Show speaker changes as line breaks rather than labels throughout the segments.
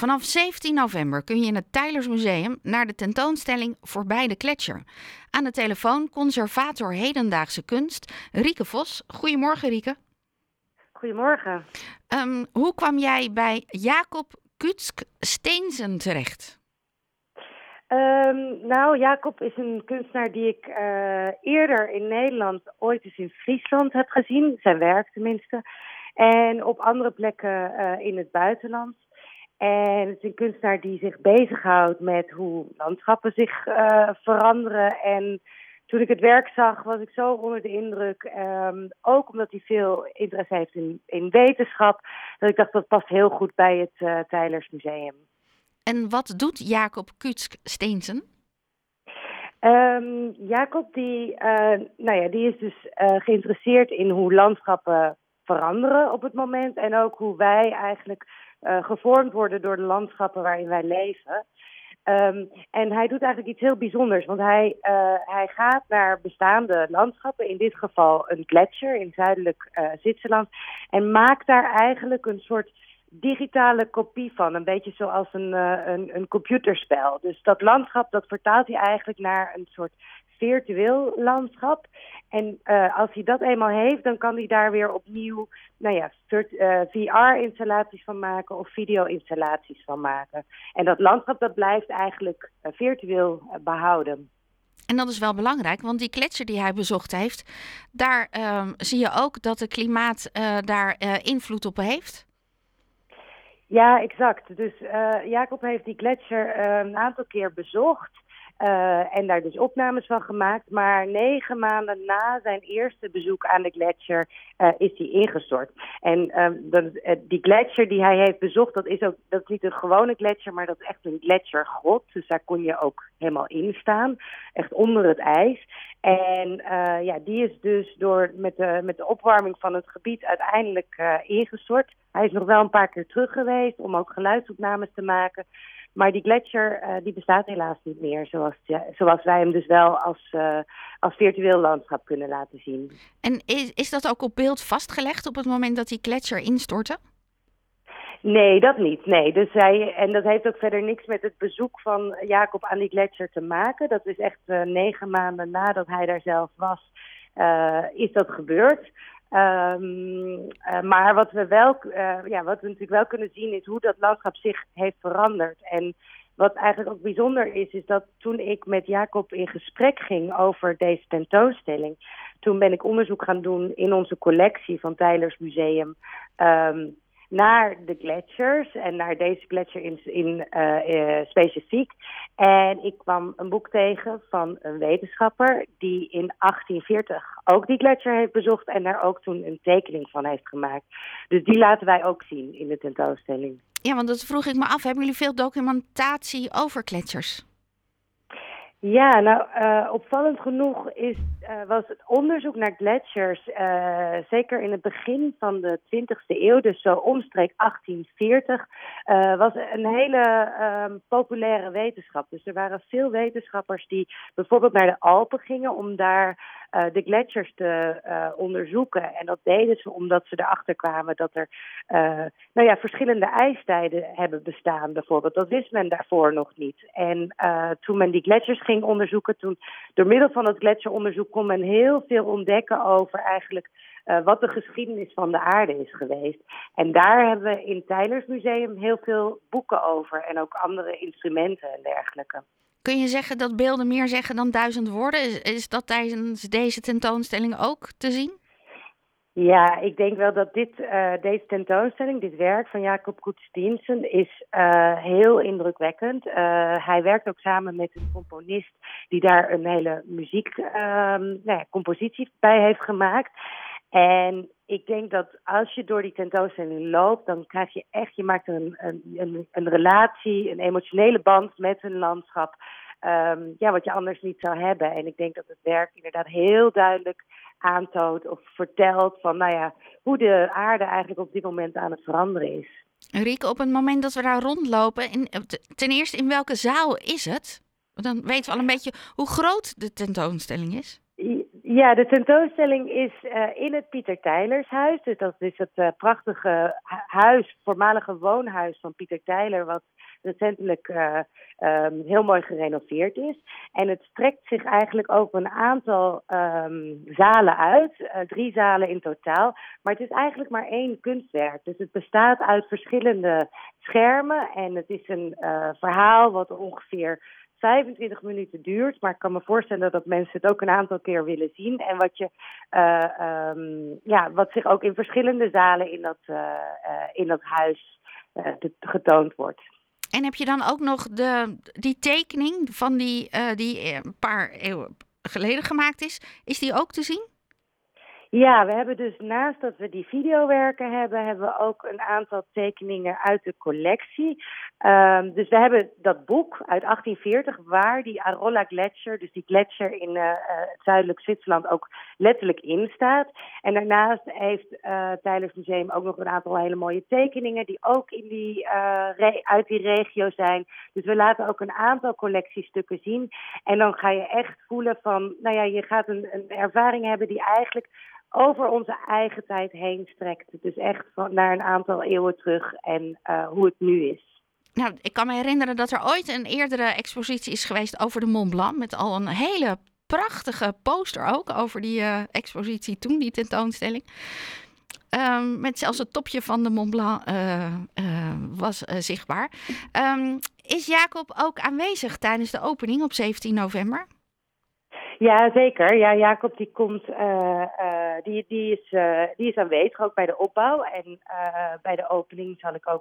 Vanaf 17 november kun je in het Teylers Museum naar de tentoonstelling Voorbij de Gletsjer. Aan de telefoon conservator hedendaagse kunst Rieke Vos. Goedemorgen, Rieke.
Goedemorgen.
Hoe kwam jij bij Jacob Kutsk Steensen terecht?
Jacob is een kunstenaar die ik eerder in Nederland ooit eens in Friesland heb gezien. Zijn werk tenminste. En op andere plekken in het buitenland. En het is een kunstenaar die zich bezighoudt met hoe landschappen zich veranderen. En toen ik het werk zag, was ik zo onder de indruk. Ook omdat hij veel interesse heeft in wetenschap. Dat ik dacht, dat past heel goed bij het Teylers Museum.
En wat doet Jacob Kutsk Steensen?
Jacob die is dus geïnteresseerd in hoe landschappen veranderen op het moment. En ook hoe wij eigenlijk gevormd worden door de landschappen waarin wij leven. En hij doet eigenlijk iets heel bijzonders. Want hij gaat naar bestaande landschappen. In dit geval een gletsjer in zuidelijk Zwitserland. En maakt daar eigenlijk een soort digitale kopie van. Een beetje zoals een computerspel. Dus dat landschap, dat vertaalt hij eigenlijk naar een soort virtueel landschap. En als hij dat eenmaal heeft, dan kan hij daar weer opnieuw VR-installaties van maken of video-installaties van maken. En dat landschap, dat blijft eigenlijk virtueel behouden.
En dat is wel belangrijk, want die gletsjer die hij bezocht heeft, daar zie je ook dat het klimaat daar invloed op heeft.
Ja, exact. Dus Jacob heeft die gletsjer een aantal keer bezocht. En daar dus opnames van gemaakt. Maar 9 maanden na zijn eerste bezoek aan de gletsjer is hij ingestort. En die gletsjer die hij heeft bezocht, dat is niet een gewone gletsjer, maar dat is echt een gletsjergrot. Dus daar kon je ook helemaal in staan. Echt onder het ijs. En die is dus met de opwarming van het gebied uiteindelijk ingestort. Hij is nog wel een paar keer terug geweest om ook geluidsopnames te maken. Maar die gletsjer die bestaat helaas niet meer, zoals wij hem dus wel als virtueel landschap kunnen laten zien.
En is dat ook op beeld vastgelegd op het moment dat die gletsjer instortte?
Nee, dat niet. Nee. Dus dat heeft ook verder niks met het bezoek van Jacob aan die gletsjer te maken. Dat is echt 9 maanden nadat hij daar zelf was, is dat gebeurd. Maar wat we natuurlijk wel kunnen zien is hoe dat landschap zich heeft veranderd. En wat eigenlijk ook bijzonder is dat toen ik met Jacob in gesprek ging over deze tentoonstelling, toen ben ik onderzoek gaan doen in onze collectie van Teylers Museum naar de gletsjers en naar deze gletsjer specifiek. En ik kwam een boek tegen van een wetenschapper die in 1840 ook die gletsjer heeft bezocht en daar ook toen een tekening van heeft gemaakt. Dus die laten wij ook zien in de tentoonstelling.
Ja, want dat vroeg ik me af. Hebben jullie veel documentatie over gletsjers?
Ja, opvallend genoeg was het onderzoek naar gletsjers, zeker in het begin van de 20e eeuw, dus zo omstreek 1840, was een hele populaire wetenschap. Dus er waren veel wetenschappers die bijvoorbeeld naar de Alpen gingen om daar de gletsjers te onderzoeken. En dat deden ze omdat ze erachter kwamen dat er verschillende ijstijden hebben bestaan bijvoorbeeld. Dat wist men daarvoor nog niet. En toen men die gletsjers ging onderzoeken, door middel van het gletsjeronderzoek kon men heel veel ontdekken over eigenlijk wat de geschiedenis van de aarde is geweest. En daar hebben we in het Teylers Museum heel veel boeken over en ook andere instrumenten en dergelijke.
Kun je zeggen dat beelden meer zeggen dan 1000 woorden? Is dat tijdens deze tentoonstelling ook te zien?
Ja, ik denk wel dat deze tentoonstelling, dit werk van Jacob Kutsk Steensen, is heel indrukwekkend. Hij werkt ook samen met een componist die daar een hele compositie bij heeft gemaakt. En ik denk dat als je door die tentoonstelling loopt, dan krijg je echt, je maakt een relatie, een emotionele band met een landschap, wat je anders niet zou hebben. En ik denk dat het werk inderdaad heel duidelijk aantoont of vertelt van, hoe de aarde eigenlijk op dit moment aan het veranderen is.
Rieke, op het moment dat we daar rondlopen, ten eerste in welke zaal is het? Dan weten we al een beetje hoe groot de tentoonstelling is.
Ja, de tentoonstelling is in het Pieter Tijlershuis. Dus dat is het prachtige huis, voormalige woonhuis van Pieter Tijler, wat recentelijk heel mooi gerenoveerd is. En het strekt zich eigenlijk over een aantal zalen uit. 3 zalen in totaal. Maar het is eigenlijk maar 1 kunstwerk. Dus het bestaat uit verschillende schermen. En het is een verhaal wat ongeveer 25 minuten duurt, maar ik kan me voorstellen dat mensen het ook een aantal keer willen zien. En wat zich ook in verschillende zalen in dat huis getoond wordt.
En heb je dan ook nog die tekening van die een paar eeuwen geleden gemaakt is? Is die ook te zien?
Ja, we hebben dus naast dat we die videowerken hebben we ook een aantal tekeningen uit de collectie. Dus we hebben dat boek uit 1840 waar die Arolla Gletscher, dus die gletsjer in het zuidelijk Zwitserland, ook letterlijk in staat. En daarnaast heeft Teylers Museum ook nog een aantal hele mooie tekeningen die ook in uit die regio zijn. Dus we laten ook een aantal collectiestukken zien. En dan ga je echt voelen van, je gaat een ervaring hebben die eigenlijk over onze eigen tijd heen strekt. Dus echt naar een aantal eeuwen terug en hoe het nu is.
Nou, ik kan me herinneren dat er ooit een eerdere expositie is geweest over de Mont Blanc. Met al een hele prachtige poster ook over die expositie toen, die tentoonstelling. Met zelfs het topje van de Mont Blanc was zichtbaar. Is Jacob ook aanwezig tijdens de opening op 17 november?
Ja, zeker. Ja, Jacob die komt, die is aanwezig ook bij de opbouw en bij de opening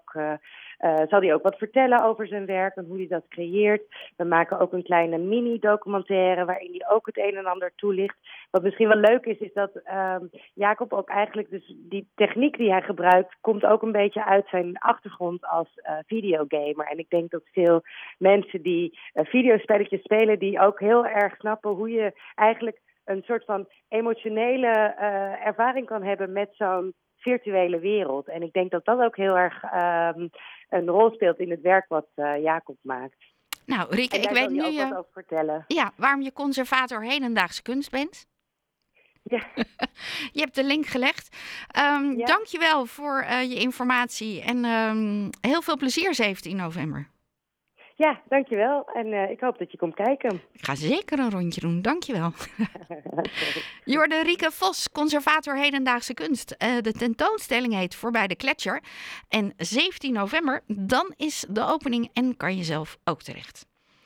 zal hij ook wat vertellen over zijn werk en hoe hij dat creëert. We maken ook een kleine mini-documentaire waarin hij ook het een en ander toelicht. Wat misschien wel leuk is dat Jacob ook eigenlijk, dus die techniek die hij gebruikt, komt ook een beetje uit zijn achtergrond als videogamer. En ik denk dat veel mensen die videospelletjes spelen, die ook heel erg snappen hoe je eigenlijk een soort van emotionele ervaring kan hebben met zo'n virtuele wereld. En ik denk dat dat ook heel erg een rol speelt in het werk wat Jacob maakt.
Nou, Rieke, ik weet nu
wat over vertellen.
Ja, waarom je conservator hedendaagse kunst bent.
Ja.
Je hebt de link gelegd. Dank je wel voor je informatie en heel veel plezier 17 november.
Ja, dankjewel. En ik hoop dat je komt kijken.
Ik ga zeker een rondje doen. Dankjewel. Je hoorde Rieke Vos, conservator hedendaagse kunst. De tentoonstelling heet Voorbij de Gletscher. En 17 november, dan is de opening en kan je zelf ook terecht.